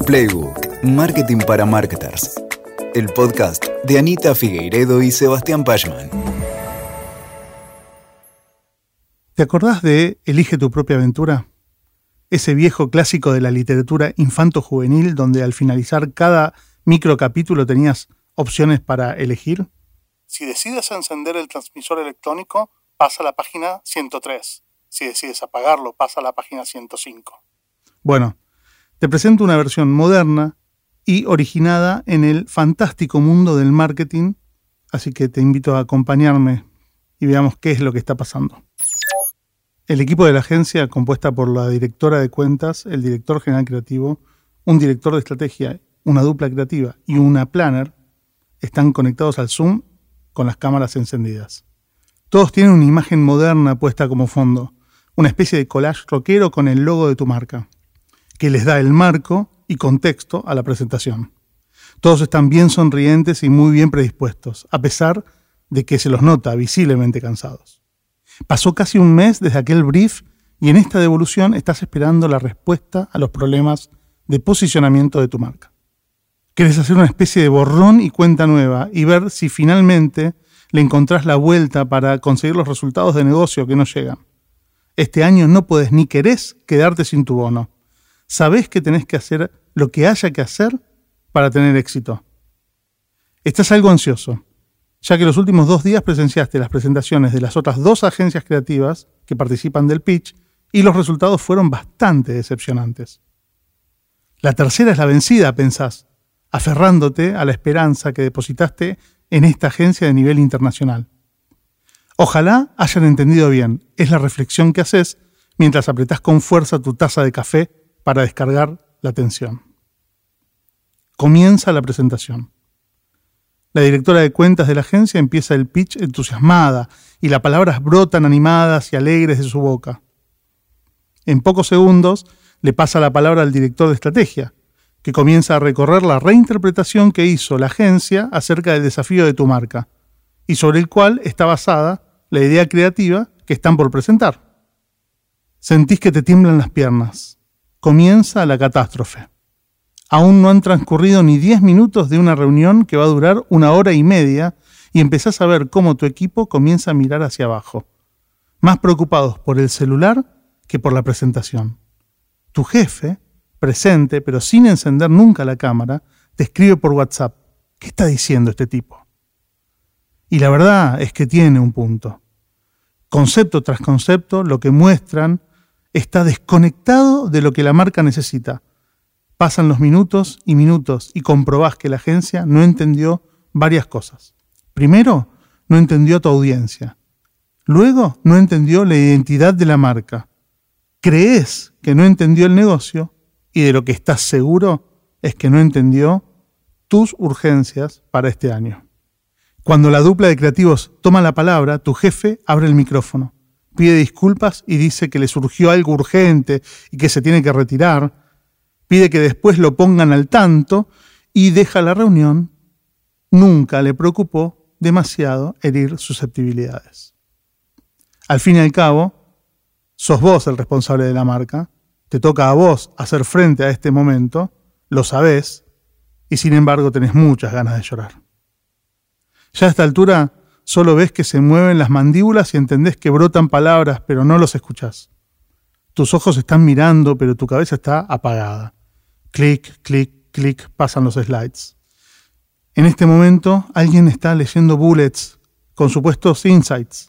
Playbook, Marketing para Marketers. El podcast de Anita Figueiredo y Sebastián Pachman. ¿Te acordás de Elige tu propia aventura? Ese viejo clásico de la literatura infanto-juvenil donde al finalizar cada microcapítulo tenías opciones para elegir. Si decides encender el transmisor electrónico, pasa a la página 103. Si decides apagarlo, pasa a la página 105. Bueno, te presento una versión moderna y originada en el fantástico mundo del marketing, así que te invito a acompañarme y veamos qué es lo que está pasando. El equipo de la agencia, compuesta por la directora de cuentas, el director general creativo, un director de estrategia, una dupla creativa y una planner, están conectados al Zoom con las cámaras encendidas. Todos tienen una imagen moderna puesta como fondo, una especie de collage rockero con el logo de tu marca, que les da el marco y contexto a la presentación. Todos están bien sonrientes y muy bien predispuestos, a pesar de que se los nota visiblemente cansados. Pasó casi un mes desde aquel brief y en esta devolución estás esperando la respuesta a los problemas de posicionamiento de tu marca. Querés hacer una especie de borrón y cuenta nueva y ver si finalmente le encontrás la vuelta para conseguir los resultados de negocio que no llegan. Este año no podés ni querés quedarte sin tu bono. Sabés que tenés que hacer lo que haya que hacer para tener éxito. Estás algo ansioso, ya que los últimos 2 días presenciaste las presentaciones de las otras 2 agencias creativas que participan del pitch y los resultados fueron bastante decepcionantes. La tercera es la vencida, pensás, aferrándote a la esperanza que depositaste en esta agencia de nivel internacional. Ojalá hayan entendido bien, es la reflexión que haces mientras apretás con fuerza tu taza de café para descargar la tensión. Comienza la presentación. La directora de cuentas de la agencia empieza el pitch entusiasmada y las palabras brotan animadas y alegres de su boca. En pocos segundos le pasa la palabra al director de estrategia, que comienza a recorrer la reinterpretación que hizo la agencia acerca del desafío de tu marca y sobre el cual está basada la idea creativa que están por presentar. Sentís que te tiemblan las piernas. Comienza la catástrofe. Aún no han transcurrido ni 10 minutos de una reunión que va a durar 1 hora y media y empezás a ver cómo tu equipo comienza a mirar hacia abajo, más preocupados por el celular que por la presentación. Tu jefe, presente pero sin encender nunca la cámara, te escribe por WhatsApp. ¿Qué está diciendo este tipo? Y la verdad es que tiene un punto. Concepto tras concepto, lo que muestran está desconectado de lo que la marca necesita. Pasan los minutos y comprobás que la agencia no entendió varias cosas. Primero, no entendió tu audiencia. Luego, no entendió la identidad de la marca. Creés que no entendió el negocio y de lo que estás seguro es que no entendió tus urgencias para este año. Cuando la dupla de creativos toma la palabra, tu jefe abre el micrófono, pide disculpas y dice que le surgió algo urgente y que se tiene que retirar. Pide que después lo pongan al tanto y deja la reunión. Nunca le preocupó demasiado herir susceptibilidades. Al fin y al cabo, sos vos el responsable de la marca, te toca a vos hacer frente a este momento, lo sabés, y sin embargo tenés muchas ganas de llorar. Ya a esta altura solo ves que se mueven las mandíbulas y entendés que brotan palabras, pero no los escuchás. Tus ojos están mirando, pero tu cabeza está apagada. Clic, clic, clic, pasan los slides. En este momento, alguien está leyendo bullets con supuestos insights.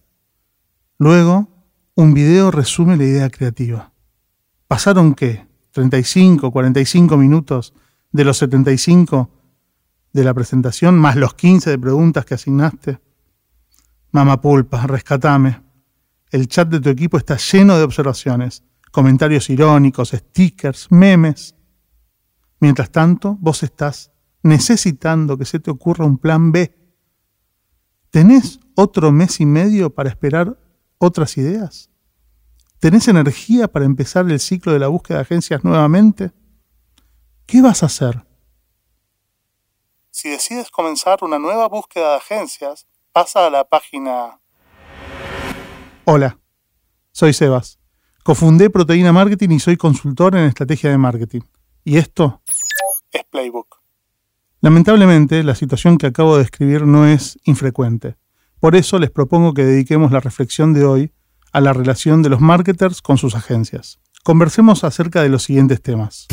Luego, un video resume la idea creativa. ¿Pasaron qué? 35, 45 minutos de los 75 de la presentación, más los 15 de preguntas que asignaste. Mamapulpa, rescatame. El chat de tu equipo está lleno de observaciones, comentarios irónicos, stickers, memes. Mientras tanto, vos estás necesitando que se te ocurra un plan B. ¿Tenés otro mes y medio para esperar otras ideas? ¿Tenés energía para empezar el ciclo de la búsqueda de agencias nuevamente? ¿Qué vas a hacer? Si decides comenzar una nueva búsqueda de agencias, pasa a la página... Hola, soy Sebas. Cofundé Proteína Marketing y soy consultor en estrategia de marketing. Y esto es Playbook. Lamentablemente, la situación que acabo de describir no es infrecuente. Por eso les propongo que dediquemos la reflexión de hoy a la relación de los marketers con sus agencias. Conversemos acerca de los siguientes temas.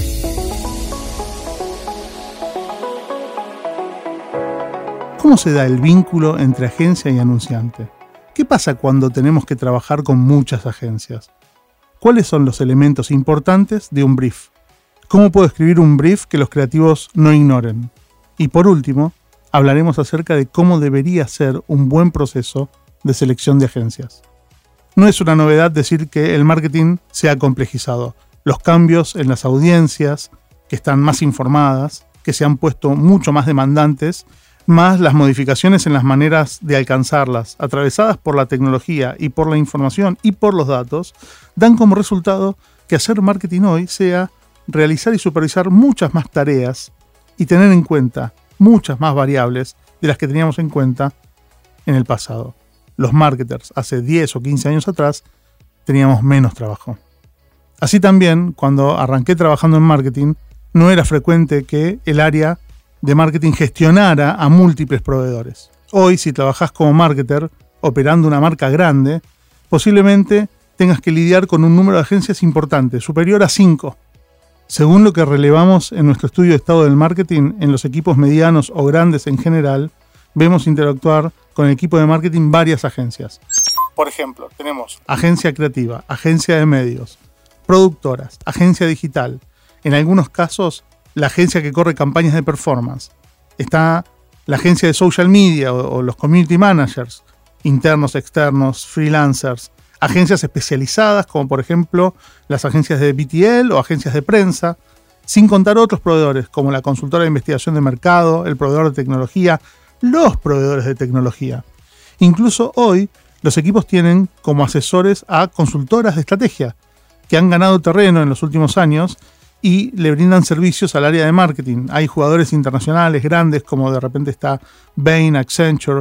¿Cómo se da el vínculo entre agencia y anunciante? ¿Qué pasa cuando tenemos que trabajar con muchas agencias? ¿Cuáles son los elementos importantes de un brief? ¿Cómo puedo escribir un brief que los creativos no ignoren? Y por último, hablaremos acerca de cómo debería ser un buen proceso de selección de agencias. No es una novedad decir que el marketing se ha complejizado. Los cambios en las audiencias, que están más informadas, que se han puesto mucho más demandantes, más las modificaciones en las maneras de alcanzarlas, atravesadas por la tecnología y por la información y por los datos, dan como resultado que hacer marketing hoy sea realizar y supervisar muchas más tareas y tener en cuenta muchas más variables de las que teníamos en cuenta en el pasado. Los marketers hace 10 o 15 años atrás teníamos menos trabajo. Así también, cuando arranqué trabajando en marketing, no era frecuente que el área de marketing gestionara a múltiples proveedores. Hoy, si trabajás como marketer operando una marca grande, posiblemente tengas que lidiar con un número de agencias importante, superior a 5. Según lo que relevamos en nuestro estudio de estado del marketing, en los equipos medianos o grandes en general, vemos interactuar con el equipo de marketing varias agencias. Por ejemplo, tenemos agencia creativa, agencia de medios, productoras, agencia digital. En algunos casos, la agencia que corre campañas de performance. Está la agencia de social media o los community managers, internos, externos, freelancers, agencias especializadas como por ejemplo las agencias de BTL o agencias de prensa, sin contar otros proveedores como la consultora de investigación de mercado, el proveedor de tecnología, los proveedores de tecnología. Incluso hoy los equipos tienen como asesores a consultoras de estrategia que han ganado terreno en los últimos años y le brindan servicios al área de marketing. Hay jugadores internacionales grandes como de repente está Bain, Accenture,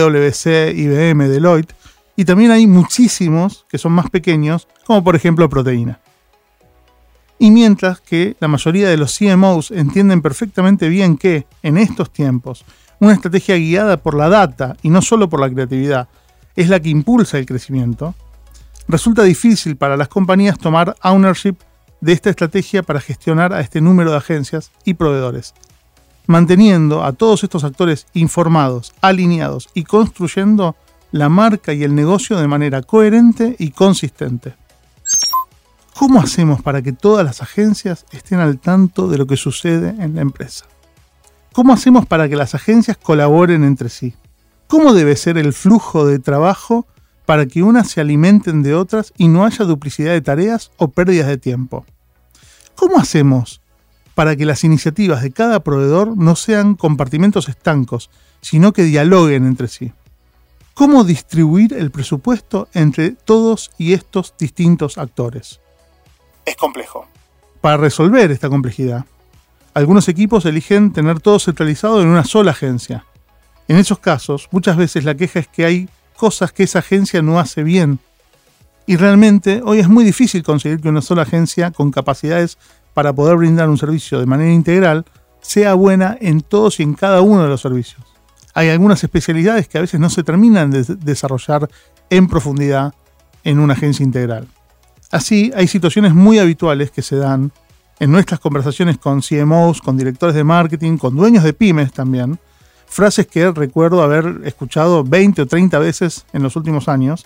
PwC, IBM, Deloitte, y también hay muchísimos que son más pequeños, como por ejemplo Proteína. Y mientras que la mayoría de los CMOs entienden perfectamente bien que, en estos tiempos, una estrategia guiada por la data y no solo por la creatividad es la que impulsa el crecimiento, resulta difícil para las compañías tomar ownership de esta estrategia para gestionar a este número de agencias y proveedores, manteniendo a todos estos actores informados, alineados y construyendo la marca y el negocio de manera coherente y consistente. ¿Cómo hacemos para que todas las agencias estén al tanto de lo que sucede en la empresa? ¿Cómo hacemos para que las agencias colaboren entre sí? ¿Cómo debe ser el flujo de trabajo para que unas se alimenten de otras y no haya duplicidad de tareas o pérdidas de tiempo? ¿Cómo hacemos para que las iniciativas de cada proveedor no sean compartimentos estancos, sino que dialoguen entre sí? ¿Cómo distribuir el presupuesto entre todos y estos distintos actores? Es complejo. Para resolver esta complejidad, algunos equipos eligen tener todo centralizado en una sola agencia. En esos casos, muchas veces la queja es que hay cosas que esa agencia no hace bien. Y realmente hoy es muy difícil conseguir que una sola agencia con capacidades para poder brindar un servicio de manera integral sea buena en todos y en cada uno de los servicios. Hay algunas especialidades que a veces no se terminan de desarrollar en profundidad en una agencia integral. Así, hay situaciones muy habituales que se dan en nuestras conversaciones con CMOs, con directores de marketing, con dueños de pymes también, frases que recuerdo haber escuchado 20 o 30 veces en los últimos años,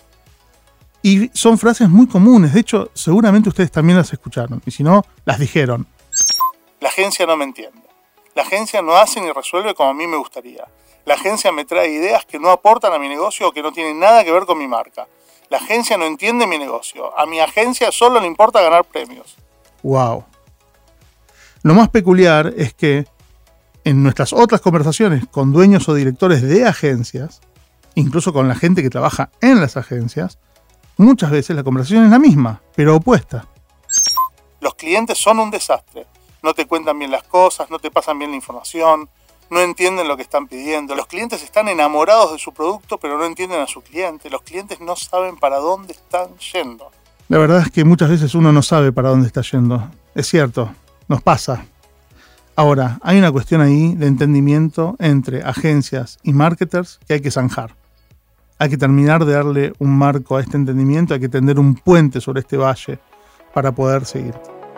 y son frases muy comunes. De hecho, seguramente ustedes también las escucharon, y si no, las dijeron. La agencia no me entiende. La agencia no hace ni resuelve como a mí me gustaría. La agencia me trae ideas que no aportan a mi negocio o que no tienen nada que ver con mi marca. La agencia no entiende mi negocio. A mi agencia solo le importa ganar premios. ¡Wow! Lo más peculiar es que en nuestras otras conversaciones con dueños o directores de agencias, incluso con la gente que trabaja en las agencias, muchas veces la conversación es la misma, pero opuesta. Los clientes son un desastre. No te cuentan bien las cosas, no te pasan bien la información, no entienden lo que están pidiendo. Los clientes están enamorados de su producto, pero no entienden a su cliente. Los clientes no saben para dónde están yendo. La verdad es que muchas veces uno no sabe para dónde está yendo. Es cierto, nos pasa. Ahora, hay una cuestión ahí de entendimiento entre agencias y marketers que hay que zanjar. Hay que terminar de darle un marco a este entendimiento, hay que tender un puente sobre este valle para poder seguir.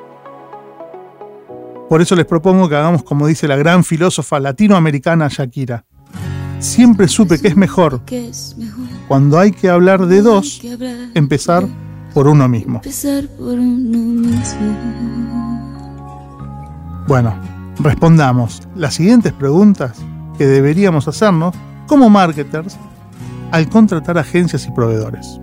Por eso les propongo que hagamos como dice la gran filósofa latinoamericana Shakira. Siempre supe que es mejor, cuando hay que hablar de dos, empezar por uno mismo. Bueno, respondamos las siguientes preguntas que deberíamos hacernos como marketers al contratar agencias y proveedores.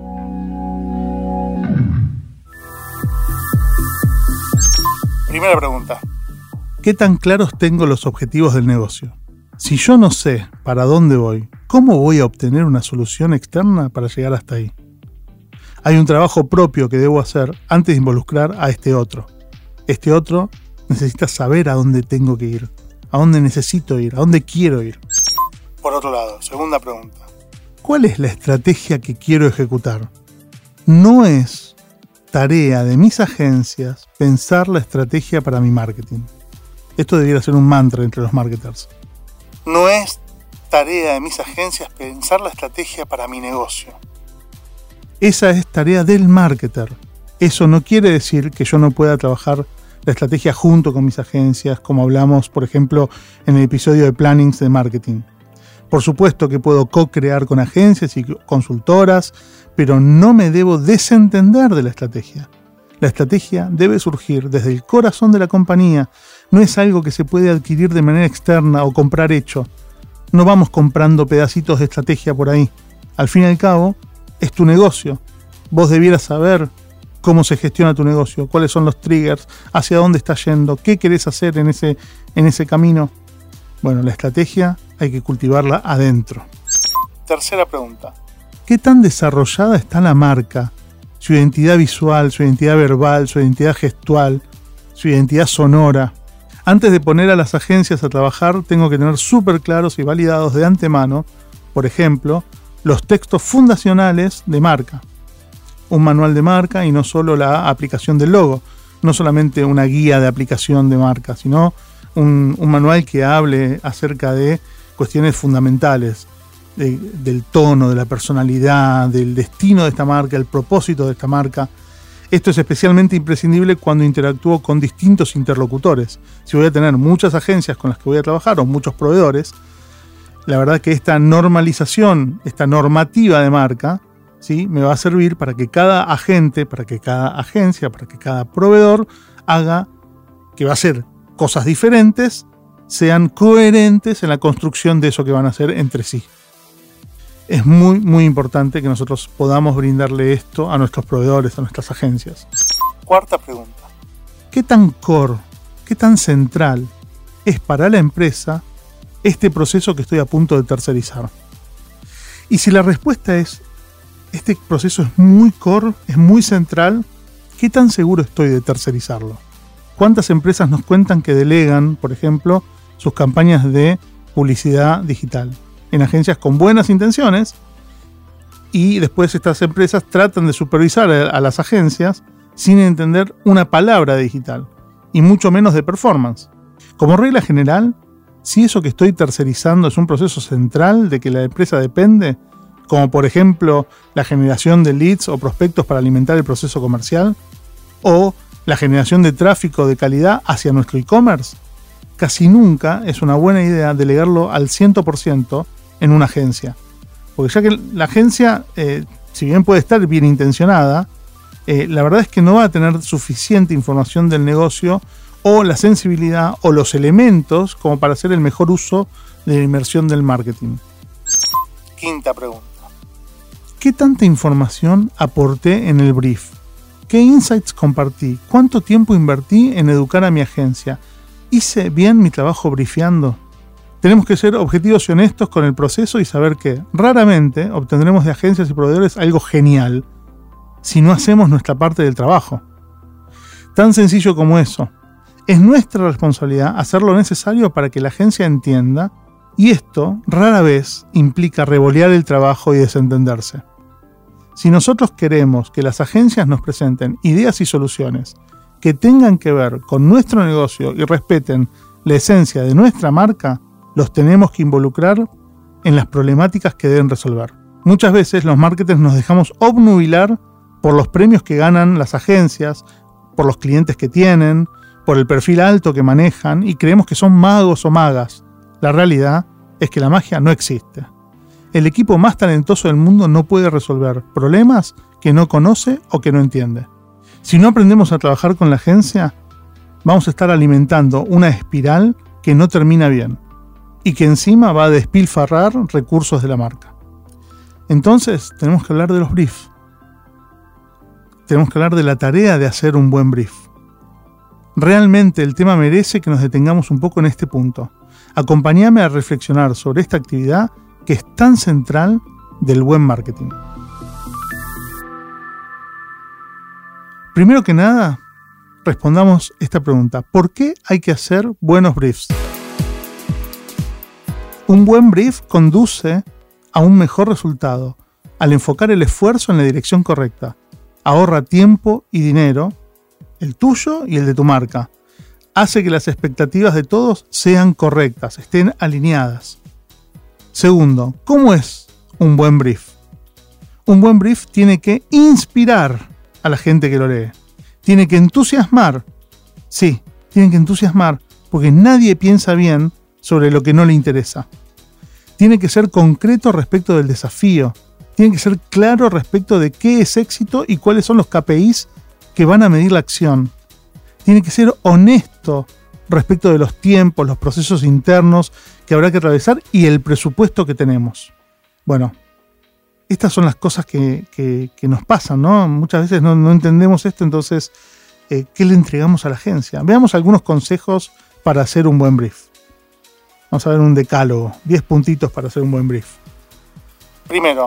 Primera pregunta. ¿Qué tan claros tengo los objetivos del negocio? Si yo no sé para dónde voy, ¿cómo voy a obtener una solución externa para llegar hasta ahí? Hay un trabajo propio que debo hacer antes de involucrar a este otro. Este otro necesita saber a dónde tengo que ir, a dónde necesito ir, a dónde quiero ir. Por otro lado, segunda pregunta. ¿Cuál es la estrategia que quiero ejecutar? No es tarea de mis agencias pensar la estrategia para mi marketing. Esto debiera ser un mantra entre los marketers. No es tarea de mis agencias pensar la estrategia para mi negocio. Esa es tarea del marketer. Eso no quiere decir que yo no pueda trabajar la estrategia junto con mis agencias, como hablamos, por ejemplo, en el episodio de Plannings de Marketing. Por supuesto que puedo co-crear con agencias y consultoras, pero no me debo desentender de la estrategia. La estrategia debe surgir desde el corazón de la compañía. No es algo que se puede adquirir de manera externa o comprar hecho. No vamos comprando pedacitos de estrategia por ahí. Al fin y al cabo, es tu negocio. Vos debieras saber cómo se gestiona tu negocio, cuáles son los triggers, hacia dónde estás yendo, qué querés hacer en ese camino. Bueno, la estrategia hay que cultivarla adentro. Tercera pregunta. ¿Qué tan desarrollada está la marca? Su identidad visual, su identidad verbal, su identidad gestual, su identidad sonora. Antes de poner a las agencias a trabajar, tengo que tener súper claros y validados de antemano, por ejemplo, los textos fundacionales de marca. Un manual de marca y no solo la aplicación del logo. No solamente una guía de aplicación de marca, sino un manual que hable acerca de cuestiones fundamentales, del tono, de la personalidad, del destino de esta marca, el propósito de esta marca. Esto es especialmente imprescindible cuando interactúo con distintos interlocutores. Si voy a tener muchas agencias con las que voy a trabajar o muchos proveedores, la verdad que esta normalización, esta normativa de marca, ¿sí?, me va a servir para que cada agente, para que cada agencia, para que cada proveedor haga, que va a hacer cosas diferentes, sean coherentes en la construcción de eso que van a hacer entre sí. Es muy, muy importante que nosotros podamos brindarle esto a nuestros proveedores, a nuestras agencias. Cuarta pregunta. ¿Qué tan core, qué tan central es para la empresa este proceso que estoy a punto de tercerizar? Y si la respuesta es, este proceso es muy core, es muy central, ¿qué tan seguro estoy de tercerizarlo? ¿Cuántas empresas nos cuentan que delegan, por ejemplo, sus campañas de publicidad digital en agencias con buenas intenciones, y después estas empresas tratan de supervisar a las agencias sin entender una palabra de digital y mucho menos de performance? Como regla general, si eso que estoy tercerizando es un proceso central de que la empresa depende, como por ejemplo la generación de leads o prospectos para alimentar el proceso comercial, o la generación de tráfico de calidad hacia nuestro e-commerce, casi nunca es una buena idea delegarlo al 100% en una agencia. Porque ya que la agencia, si bien puede estar bien intencionada, la verdad es que no va a tener suficiente información del negocio o la sensibilidad o los elementos como para hacer el mejor uso de la inversión del marketing. Quinta pregunta. ¿Qué tanta información aporté en el brief? ¿Qué insights compartí? ¿Cuánto tiempo invertí en educar a mi agencia? ¿Hice bien mi trabajo briefeando? Tenemos que ser objetivos y honestos con el proceso y saber que raramente obtendremos de agencias y proveedores algo genial si no hacemos nuestra parte del trabajo. Tan sencillo como eso. Es nuestra responsabilidad hacer lo necesario para que la agencia entienda, y esto rara vez implica revolear el trabajo y desentenderse. Si nosotros queremos que las agencias nos presenten ideas y soluciones que tengan que ver con nuestro negocio y respeten la esencia de nuestra marca, los tenemos que involucrar en las problemáticas que deben resolver. Muchas veces los marketers nos dejamos obnubilar por los premios que ganan las agencias, por los clientes que tienen, por el perfil alto que manejan y creemos que son magos o magas. La realidad es que la magia no existe. El equipo más talentoso del mundo no puede resolver problemas que no conoce o que no entiende. Si no aprendemos a trabajar con la agencia, vamos a estar alimentando una espiral que no termina bien y que encima va a despilfarrar recursos de la marca. Entonces, tenemos que hablar de los briefs. Tenemos que hablar de la tarea de hacer un buen brief. Realmente el tema merece que nos detengamos un poco en este punto. Acompáñame a reflexionar sobre esta actividad que es tan central del buen marketing. Primero que nada, respondamos esta pregunta. ¿Por qué hay que hacer buenos briefs? Un buen brief conduce a un mejor resultado al enfocar el esfuerzo en la dirección correcta. Ahorra tiempo y dinero, el tuyo y el de tu marca. Hace que las expectativas de todos sean correctas, estén alineadas. Segundo, ¿cómo es un buen brief? Un buen brief tiene que inspirar a la gente que lo lee. Tiene que entusiasmar. Sí, tiene que entusiasmar, porque nadie piensa bien sobre lo que no le interesa. Tiene que ser concreto respecto del desafío. Tiene que ser claro respecto de qué es éxito y cuáles son los KPIs que van a medir la acción. Tiene que ser honesto respecto de los tiempos, los procesos internos que habrá que atravesar y el presupuesto que tenemos. Bueno, estas son las cosas que nos pasan, ¿no? Muchas veces no entendemos esto, entonces, ¿qué le entregamos a la agencia? Veamos algunos consejos para hacer un buen brief. Vamos a ver un decálogo, 10 puntitos para hacer un buen brief. Primero,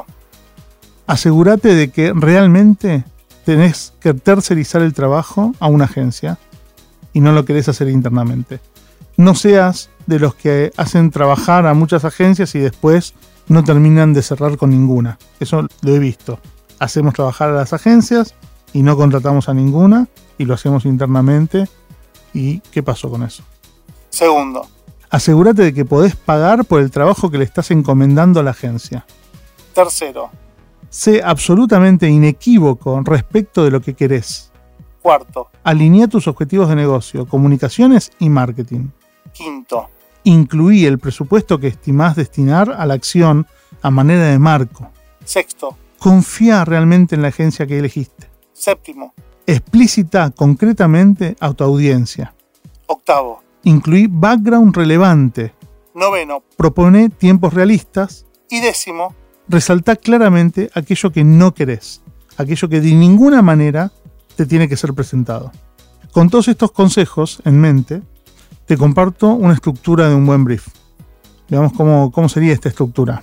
asegúrate de que realmente tenés que tercerizar el trabajo a una agencia y no lo querés hacer internamente. No seas de los que hacen trabajar a muchas agencias y después no terminan de cerrar con ninguna. Eso lo he visto. Hacemos trabajar a las agencias y no contratamos a ninguna y lo hacemos internamente. ¿Y qué pasó con eso? Segundo, asegúrate de que podés pagar por el trabajo que le estás encomendando a la agencia. Tercero, sé absolutamente inequívoco respecto de lo que querés. Cuarto, alinea tus objetivos de negocio, comunicaciones y marketing. Quinto, incluí el presupuesto que estimás destinar a la acción a manera de marco. Sexto, confía realmente en la agencia que elegiste. Séptimo, explícita concretamente a tu audiencia. Octavo, incluí background relevante. Noveno, propone tiempos realistas. Y décimo, resaltá claramente aquello que no querés, aquello que de ninguna manera te tiene que ser presentado. Con todos estos consejos en mente, te comparto una estructura de un buen brief. Veamos cómo sería esta estructura.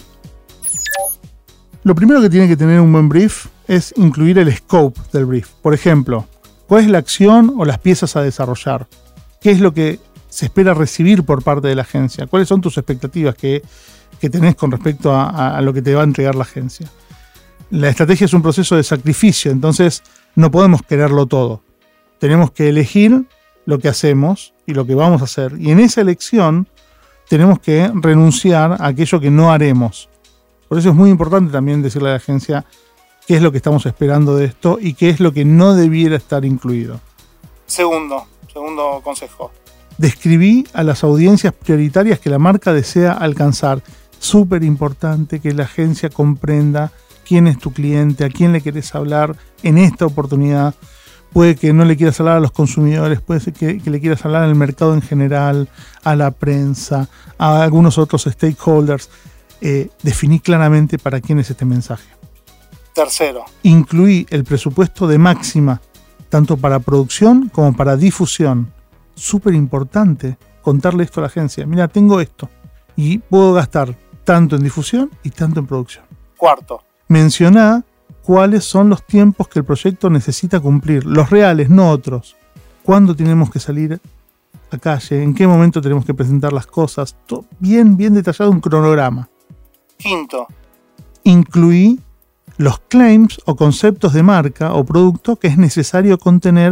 Lo primero que tiene que tener un buen brief es incluir el scope del brief. Por ejemplo, ¿cuál es la acción o las piezas a desarrollar? ¿Qué es lo que se espera recibir por parte de la agencia? ¿Cuáles son tus expectativas que tenés con respecto a lo que te va a entregar la agencia? La estrategia es un proceso de sacrificio, entonces no podemos quererlo todo. Tenemos que elegir lo que hacemos y lo que vamos a hacer. Y en esa elección tenemos que renunciar a aquello que no haremos. Por eso es muy importante también decirle a la agencia qué es lo que estamos esperando de esto y qué es lo que no debiera estar incluido. Segundo consejo. Describí a las audiencias prioritarias que la marca desea alcanzar. Súper importante que la agencia comprenda quién es tu cliente, a quién le querés hablar en esta oportunidad. Puede que no le quieras hablar a los consumidores, puede ser que le quieras hablar al mercado en general, a la prensa, a algunos otros stakeholders. Definí claramente para quién es este mensaje. Tercero, incluí el presupuesto de máxima, tanto para producción como para difusión. Súper importante contarle esto a la agencia. Mira, tengo esto y puedo gastar tanto en difusión y tanto en producción. Cuarto, mencioná cuáles son los tiempos que el proyecto necesita cumplir, los reales, no otros. ¿Cuándo tenemos que salir a calle? ¿En qué momento tenemos que presentar las cosas? Todo bien detallado, un cronograma. Quinto, incluí los claims o conceptos de marca o producto que es necesario contener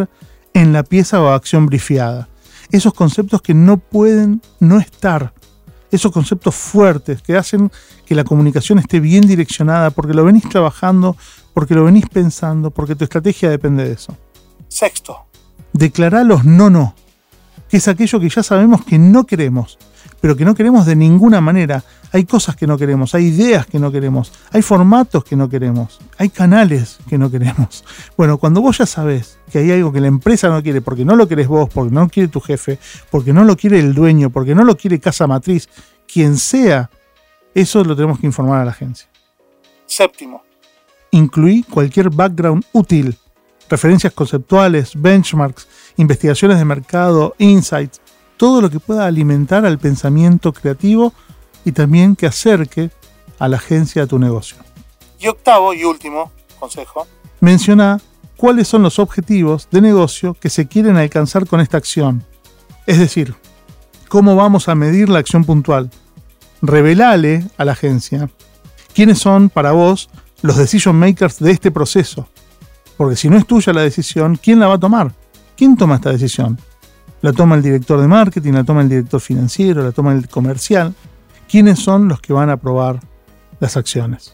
en la pieza o acción brifeada. Esos conceptos que no pueden no estar. Esos conceptos fuertes que hacen que la comunicación esté bien direccionada porque lo venís trabajando, porque lo venís pensando, porque tu estrategia depende de eso. Sexto, declará los no, que es aquello que ya sabemos que no queremos, pero que no queremos de ninguna manera. Hay cosas que no queremos, hay ideas que no queremos, hay formatos que no queremos, hay canales que no queremos. Bueno, cuando vos ya sabés que hay algo que la empresa no quiere, porque no lo querés vos, porque no lo quiere tu jefe, porque no lo quiere el dueño, porque no lo quiere casa matriz, quien sea, eso lo tenemos que informar a la agencia. Séptimo, incluí cualquier background útil, referencias conceptuales, benchmarks, investigaciones de mercado, insights, todo lo que pueda alimentar al pensamiento creativo y también que acerque a la agencia a tu negocio. Y octavo y último consejo, menciona cuáles son los objetivos de negocio que se quieren alcanzar con esta acción. Es decir, cómo vamos a medir la acción puntual. Revelale a la agencia quiénes son para vos los decision makers de este proceso. Porque si no es tuya la decisión, ¿quién la va a tomar? ¿Quién toma esta decisión? ¿La toma el director de marketing? ¿La toma el director financiero? ¿La toma el comercial? ¿Quiénes son los que van a aprobar las acciones?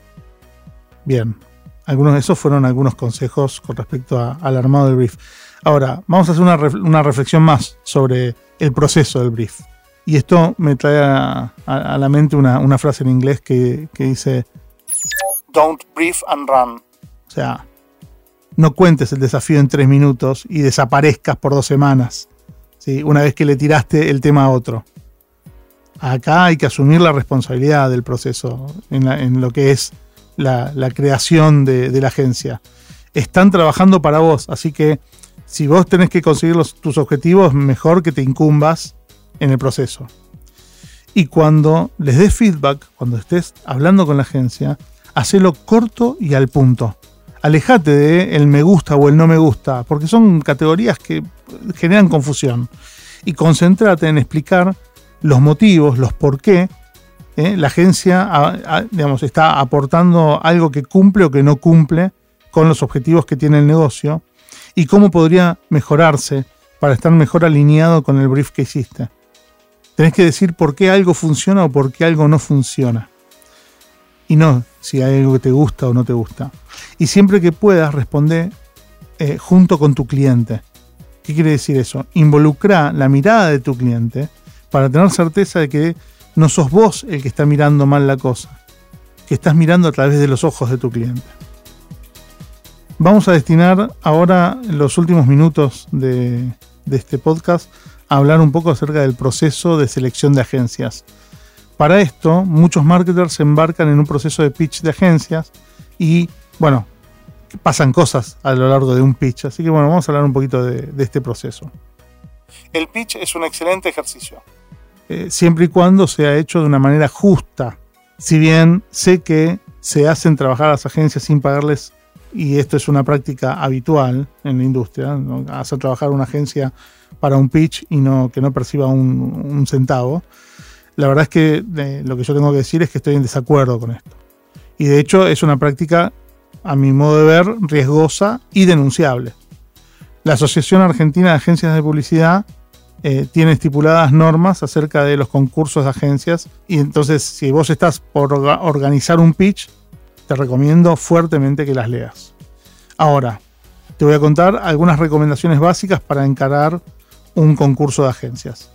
Bien, algunos de esos fueron algunos consejos con respecto al armado del brief. Ahora, vamos a hacer una reflexión más sobre el proceso del brief. Y esto me trae a la mente una frase en inglés que dice "Don't brief and run". O sea, no cuentes el desafío en 3 minutos y desaparezcas por 2 semanas, ¿sí? Una vez que le tiraste el tema a otro. Acá hay que asumir la responsabilidad del proceso en lo que es la creación de la agencia. Están trabajando para vos, así que si vos tenés que conseguir tus objetivos, mejor que te incumbas en el proceso. Y cuando les des feedback, cuando estés hablando con la agencia, hacelo corto y al punto. Alejate de el me gusta o el no me gusta, porque son categorías que generan confusión. Y concéntrate en explicar los motivos, los por qué la agencia está aportando algo que cumple o que no cumple con los objetivos que tiene el negocio y cómo podría mejorarse para estar mejor alineado con el brief que hiciste. Tenés que decir por qué algo funciona o por qué algo no funciona. Y no si hay algo que te gusta o no te gusta. Y siempre que puedas, responde junto con tu cliente. ¿Qué quiere decir eso? Involucra la mirada de tu cliente para tener certeza de que no sos vos el que está mirando mal la cosa, que estás mirando a través de los ojos de tu cliente. Vamos a destinar ahora los últimos minutos de este podcast a hablar un poco acerca del proceso de selección de agencias. Para esto, muchos marketers se embarcan en un proceso de pitch de agencias y, bueno, pasan cosas a lo largo de un pitch. Así que, bueno, vamos a hablar un poquito de este proceso. El pitch es un excelente ejercicio. Siempre y cuando sea hecho de una manera justa. Si bien sé que se hacen trabajar a las agencias sin pagarles, y esto es una práctica habitual en la industria, ¿no? Hacer trabajar una agencia para un pitch y que no perciba un centavo. La verdad es que lo que yo tengo que decir es que estoy en desacuerdo con esto. Y de hecho es una práctica, a mi modo de ver, riesgosa y denunciable. La Asociación Argentina de Agencias de Publicidad tiene estipuladas normas acerca de los concursos de agencias y entonces si vos estás por organizar un pitch, te recomiendo fuertemente que las leas. Ahora, te voy a contar algunas recomendaciones básicas para encarar un concurso de agencias.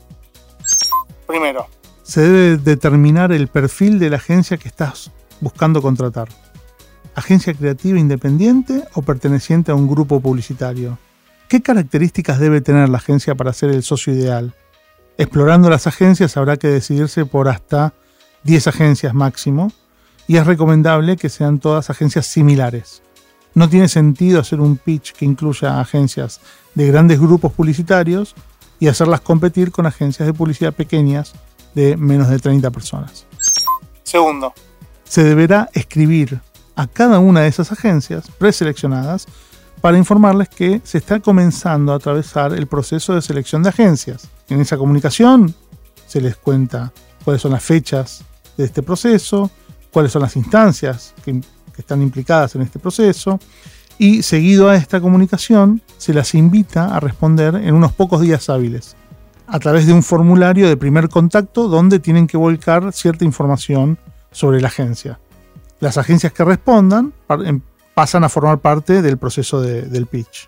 Primero, se debe determinar el perfil de la agencia que estás buscando contratar. ¿Agencia creativa independiente o perteneciente a un grupo publicitario? ¿Qué características debe tener la agencia para ser el socio ideal? Explorando las agencias habrá que decidirse por hasta 10 agencias máximo y es recomendable que sean todas agencias similares. No tiene sentido hacer un pitch que incluya agencias de grandes grupos publicitarios y hacerlas competir con agencias de publicidad pequeñas de menos de 30 personas. Segundo, se deberá escribir a cada una de esas agencias preseleccionadas para informarles que se está comenzando a atravesar el proceso de selección de agencias. En esa comunicación se les cuenta cuáles son las fechas de este proceso, cuáles son las instancias que están implicadas en este proceso, Y seguido a esta comunicación, se las invita a responder en unos pocos días hábiles, a través de un formulario de primer contacto donde tienen que volcar cierta información sobre la agencia. Las agencias que respondan pasan a formar parte del proceso del pitch.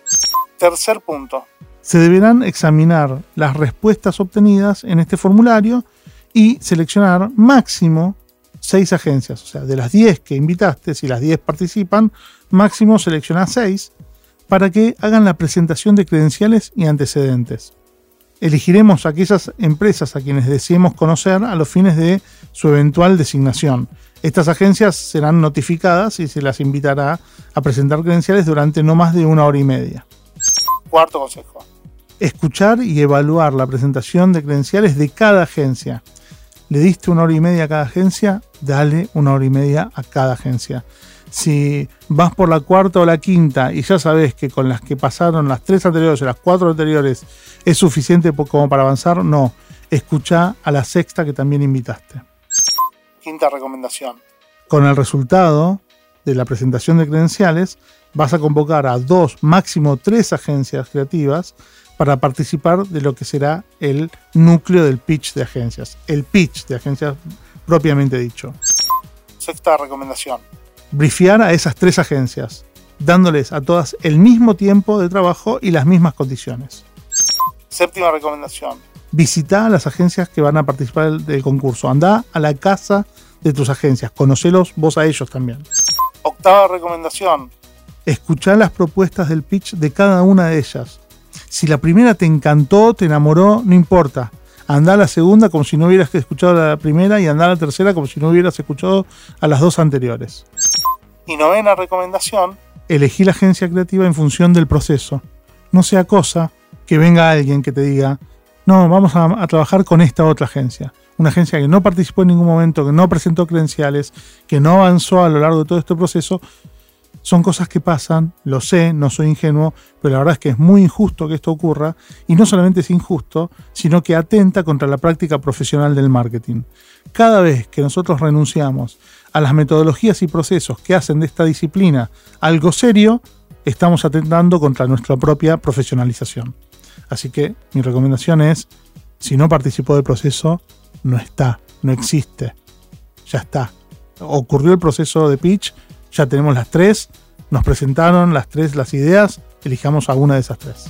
Tercer punto. Se deberán examinar las respuestas obtenidas en este formulario y seleccionar máximo 6 agencias. O sea, de las 10 que invitaste, si las 10 participan, máximo selecciona 6 para que hagan la presentación de credenciales y antecedentes. Elegiremos aquellas empresas a quienes deseemos conocer a los fines de su eventual designación. Estas agencias serán notificadas y se las invitará a presentar credenciales durante no más de 1 hora y media. Cuarto consejo. Escuchar y evaluar la presentación de credenciales de cada agencia. ¿Le diste 1 hora y media a cada agencia? Dale 1 hora y media a cada agencia. Si vas por la cuarta o la quinta y ya sabes que con las que pasaron las 3 anteriores o las 4 anteriores es suficiente como para avanzar, no. Escuchá a la sexta que también invitaste. Quinta recomendación. Con el resultado de la presentación de credenciales, vas a convocar a 2, máximo 3 agencias creativas para participar de lo que será el núcleo del pitch de agencias. El pitch de agencias propiamente dicho. Sexta recomendación. Briefiar a esas 3 agencias, dándoles a todas el mismo tiempo de trabajo y las mismas condiciones. Séptima recomendación. Visita a las agencias que van a participar del concurso. Andá a la casa de tus agencias. Conocelos vos a ellos también. Octava recomendación. Escuchá las propuestas del pitch de cada una de ellas. Si la primera te encantó, te enamoró, no importa. Andá a la segunda como si no hubieras escuchado la primera y andá a la tercera como si no hubieras escuchado a las 2 anteriores. Y novena recomendación. Elegí la agencia creativa en función del proceso. No sea cosa que venga alguien que te diga: no, vamos a trabajar con esta otra agencia. Una agencia que no participó en ningún momento, que no presentó credenciales, que no avanzó a lo largo de todo este proceso. Son cosas que pasan, lo sé, no soy ingenuo, pero la verdad es que es muy injusto que esto ocurra, y no solamente es injusto, sino que atenta contra la práctica profesional del marketing. Cada vez que nosotros renunciamos a las metodologías y procesos que hacen de esta disciplina algo serio, estamos atentando contra nuestra propia profesionalización. Así que mi recomendación es: si no participó del proceso, no está, no existe, ya está. Ocurrió el proceso de pitch, ya tenemos las 3, nos presentaron las 3 las ideas, elijamos alguna de esas 3.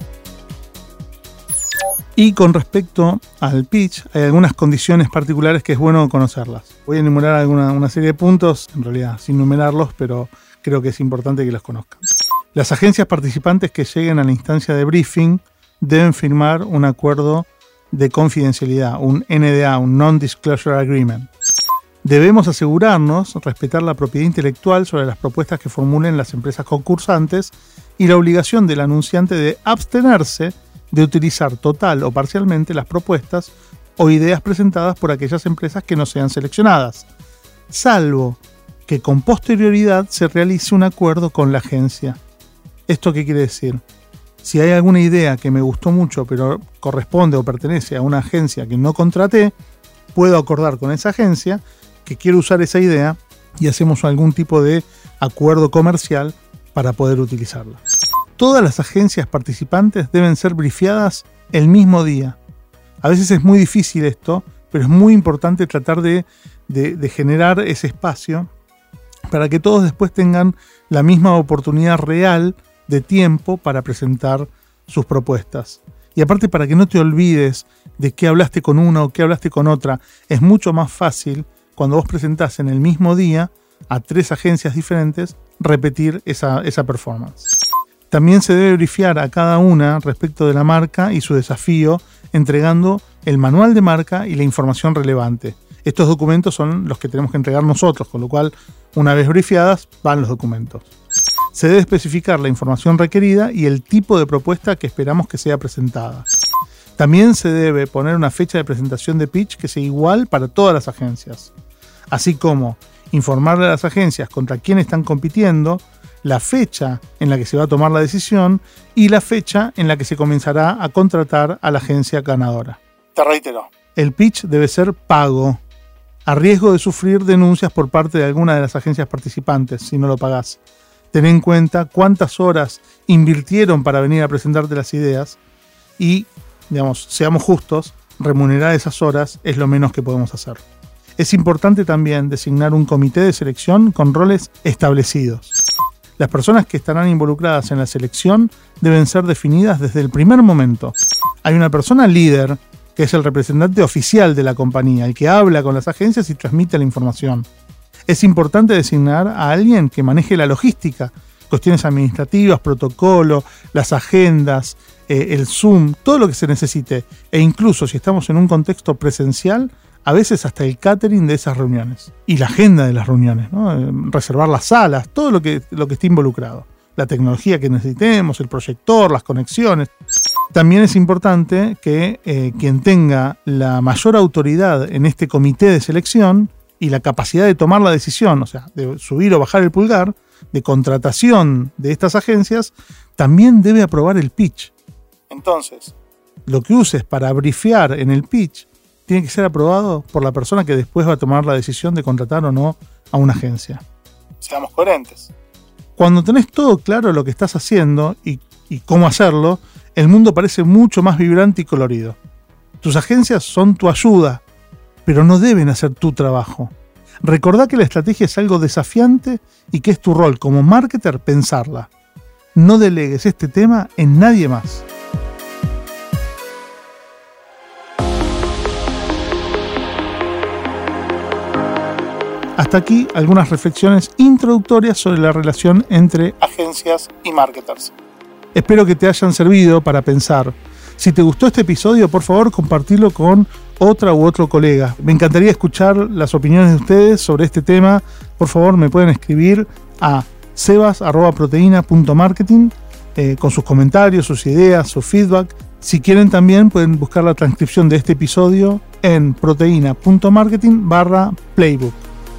Y con respecto al pitch, hay algunas condiciones particulares que es bueno conocerlas. Voy a enumerar una serie de puntos, en realidad sin numerarlos, pero creo que es importante que los conozcan. Las agencias participantes que lleguen a la instancia de briefing deben firmar un acuerdo de confidencialidad, un NDA, un Non-Disclosure Agreement. Debemos asegurarnos respetar la propiedad intelectual sobre las propuestas que formulen las empresas concursantes y la obligación del anunciante de abstenerse de utilizar total o parcialmente las propuestas o ideas presentadas por aquellas empresas que no sean seleccionadas, salvo que con posterioridad se realice un acuerdo con la agencia. ¿Esto qué quiere decir? Si hay alguna idea que me gustó mucho pero corresponde o pertenece a una agencia que no contraté, puedo acordar con esa agencia que quiero usar esa idea y hacemos algún tipo de acuerdo comercial para poder utilizarla. Todas las agencias participantes deben ser briefiadas el mismo día. A veces es muy difícil esto, pero es muy importante tratar de generar ese espacio para que todos después tengan la misma oportunidad real de tiempo para presentar sus propuestas. Y aparte, para que no te olvides de qué hablaste con una o qué hablaste con otra, es mucho más fácil cuando vos presentás en el mismo día a 3 agencias diferentes repetir esa performance. También se debe briefiar a cada una respecto de la marca y su desafío, entregando el manual de marca y la información relevante. Estos documentos son los que tenemos que entregar nosotros, con lo cual, una vez briefiadas, van los documentos. Se debe especificar la información requerida y el tipo de propuesta que esperamos que sea presentada. También se debe poner una fecha de presentación de pitch que sea igual para todas las agencias, así como informarle a las agencias contra quién están compitiendo, la fecha en la que se va a tomar la decisión y la fecha en la que se comenzará a contratar a la agencia ganadora. Te reitero. El pitch debe ser pago, a riesgo de sufrir denuncias por parte de alguna de las agencias participantes si no lo pagás. Ten en cuenta cuántas horas invirtieron para venir a presentarte las ideas y, seamos justos, remunerar esas horas es lo menos que podemos hacer. Es importante también designar un comité de selección con roles establecidos. Las personas que estarán involucradas en la selección deben ser definidas desde el primer momento. Hay una persona líder, que es el representante oficial de la compañía, el que habla con las agencias y transmite la información. Es importante designar a alguien que maneje la logística, cuestiones administrativas, protocolo, las agendas, el Zoom, todo lo que se necesite. E incluso si estamos en un contexto presencial, a veces hasta el catering de esas reuniones. Y la agenda de las reuniones, ¿no? Reservar las salas, todo lo que esté involucrado. La tecnología que necesitemos, el proyector, las conexiones. También es importante que quien tenga la mayor autoridad en este comité de selección y la capacidad de tomar la decisión, o sea, de subir o bajar el pulgar, de contratación de estas agencias, también debe aprobar el pitch. Entonces, lo que uses para brifear en el pitch tiene que ser aprobado por la persona que después va a tomar la decisión de contratar o no a una agencia. Seamos coherentes. Cuando tenés todo claro lo que estás haciendo y cómo hacerlo, el mundo parece mucho más vibrante y colorido. Tus agencias son tu ayuda, pero no deben hacer tu trabajo. Recordá que la estrategia es algo desafiante y que es tu rol como marketer pensarla. No delegues este tema en nadie más. Hasta aquí algunas reflexiones introductorias sobre la relación entre agencias y marketers. Espero que te hayan servido para pensar. Si te gustó este episodio, por favor, compartirlo con otra u otro colega. Me encantaría escuchar las opiniones de ustedes sobre este tema. Por favor, me pueden escribir a sebas@proteina.marketing con sus comentarios, sus ideas, su feedback. Si quieren también pueden buscar la transcripción de este episodio en proteina.marketing/playbook.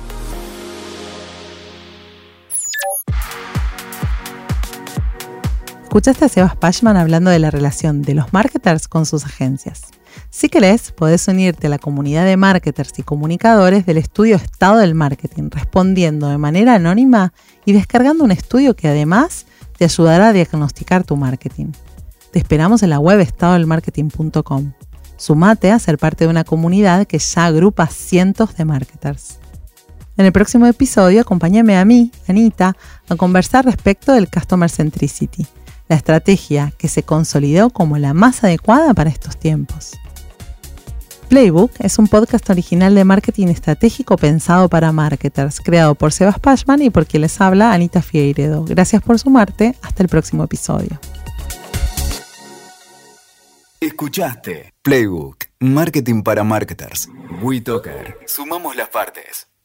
Escuchaste a Sebas Pashman hablando de la relación de los marketers con sus agencias. Si querés, podés unirte a la comunidad de marketers y comunicadores del estudio Estado del Marketing, respondiendo de manera anónima y descargando un estudio que además te ayudará a diagnosticar tu marketing. Te esperamos en la web estadodelmarketing.com. Sumate a ser parte de una comunidad que ya agrupa cientos de marketers. En el próximo episodio, acompáñame a mí, Anita, a conversar respecto del Customer Centricity, la estrategia que se consolidó como la más adecuada para estos tiempos. Playbook es un podcast original de marketing estratégico pensado para marketers, creado por Sebas Pashman y por quien les habla, Anita Figueiredo. Gracias por sumarte. Hasta el próximo episodio. Escuchaste Playbook, Marketing para Marketers. WeToker. Sumamos las partes.